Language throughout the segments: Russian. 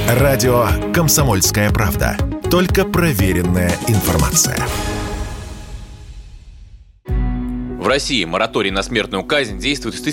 Радио «Комсомольская правда». Только проверенная информация. В России мораторий на смертную казнь действует с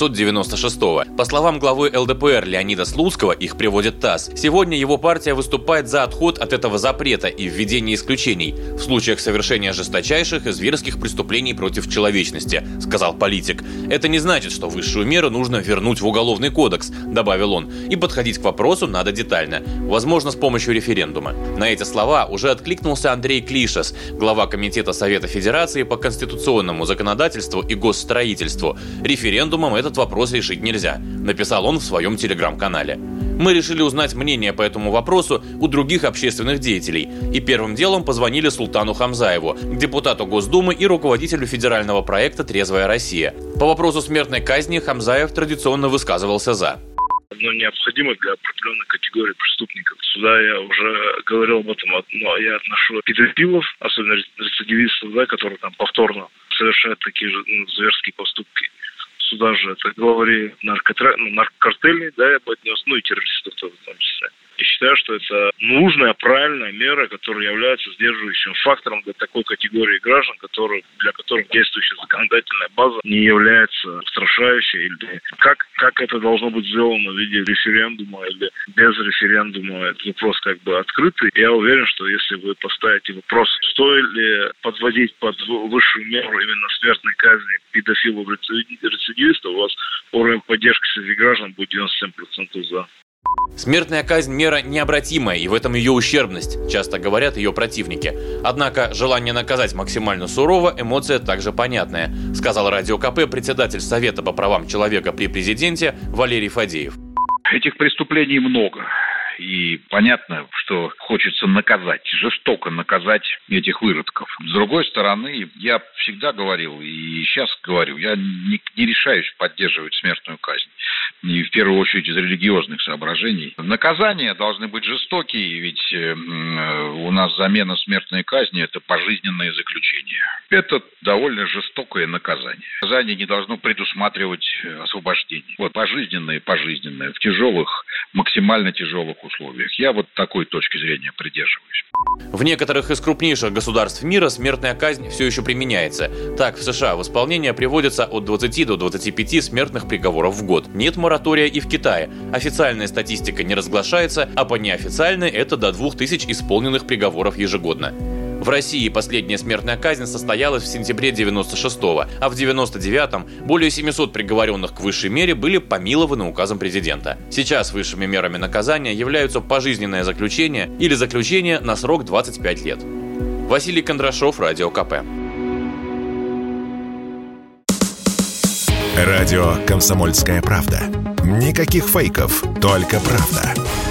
1996-го. По словам главы ЛДПР Леонида Слуцкого, их приводит ТАСС, сегодня его партия выступает за отход от этого запрета и введение исключений в случаях совершения жесточайших и зверских преступлений против человечности, сказал политик. Это не значит, что высшую меру нужно вернуть в Уголовный кодекс, добавил он, и подходить к вопросу надо детально, возможно, с помощью референдума. На эти слова уже откликнулся Андрей Клишес, глава Комитета Совета Федерации по конституционному законодательству и госстроительству. Референдумом этот вопрос решить нельзя, написал он в своем телеграм-канале. Мы решили узнать мнение по этому вопросу у других общественных деятелей и первым делом позвонили Султану Хамзаеву, депутату Госдумы и руководителю федерального проекта «Трезвая Россия». По вопросу смертной казни Хамзаев традиционно высказывался за. Необходимо для определенной категории преступников. Сюда я уже говорил об этом, но я отношу педофилов, особенно рецидивистов, которые там повторно совершают такие же зверские поступки. Сюда же это главари наркокартелей, я бы отнес, и террористов тоже в том числе. Я считаю, что это нужная, правильная мера, которая является сдерживающим фактором для такой категории граждан, для которых действующая законодательная база не является устрашающей. Или как это должно быть сделано в виде референдума или без референдума, этот вопрос открытый. Я уверен, что если вы поставите вопрос, стоит ли подводить под высшую меру именно смертной казни педофилов-рецидивистов, у вас уровень поддержки среди граждан будет 97% за. Смертная казнь – мера необратимая, и в этом ее ущербность, часто говорят ее противники. Однако желание наказать максимально сурово – эмоция также понятная, сказал Радио КП председатель Совета по правам человека при президенте Валерий Фадеев. Этих преступлений много. И понятно, что хочется наказать, жестоко наказать этих выродков. С другой стороны, я всегда говорил и сейчас говорю, я не решаюсь поддерживать смертную казнь. И в первую очередь из религиозных соображений. Наказания должны быть жестокие, ведь у нас замена смертной казни – это пожизненное заключение. Это довольно жестокое наказание. Наказание не должно предусматривать освобождение. Пожизненное, в тяжелых, максимально тяжелых условиях. Я такой точки зрения придерживаюсь. В некоторых из крупнейших государств мира смертная казнь все еще применяется. Так, в США в исполнение приводится от 20 до 25 смертных приговоров в год. Нет моратория и в Китае. Официальная статистика не разглашается, а по неофициальной это до 2000 исполненных приговоров ежегодно. В России последняя смертная казнь состоялась в сентябре 96-го, а в 99-м более 700 приговоренных к высшей мере были помилованы указом президента. Сейчас высшими мерами наказания являются пожизненное заключение или заключение на срок 25 лет. Василий Кондрашов, Радио КП. Радио «Комсомольская правда». Никаких фейков, только правда.